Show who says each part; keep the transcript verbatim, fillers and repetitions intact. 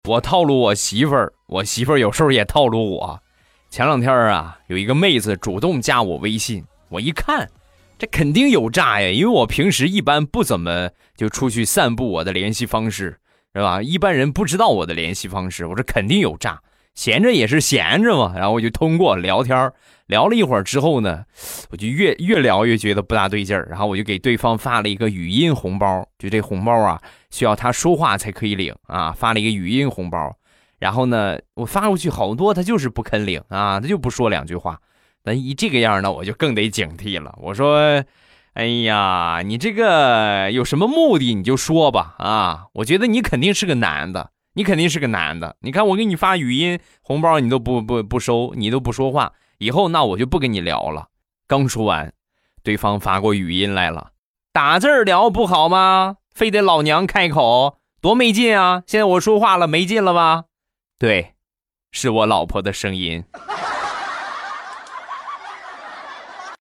Speaker 1: 我套路我媳妇儿，我媳妇儿有时候也套路我。前两天啊，有一个妹子主动加我微信，我一看，这肯定有诈呀，因为我平时一般不怎么就出去散布我的联系方式，是吧？一般人不知道我的联系方式，我这肯定有诈。闲着也是闲着嘛，然后我就通过聊天，聊了一会儿之后呢，我就越越聊越觉得不大对劲儿，然后我就给对方发了一个语音红包，就这红包啊，需要他说话才可以领啊，发了一个语音红包。然后呢，我发过去好多，他就是不肯领啊，他就不说两句话。那一这个样呢，我就更得警惕了。我说，哎呀，你这个有什么目的你就说吧啊！我觉得你肯定是个男的，你肯定是个男的。你看我给你发语音红包，你都不不不收，你都不说话，以后那我就不跟你聊了。刚说完，对方发过语音来了，打字聊不好吗？非得老娘开口，多没劲啊！现在我说话了，没劲了吧？对，是我老婆的声音。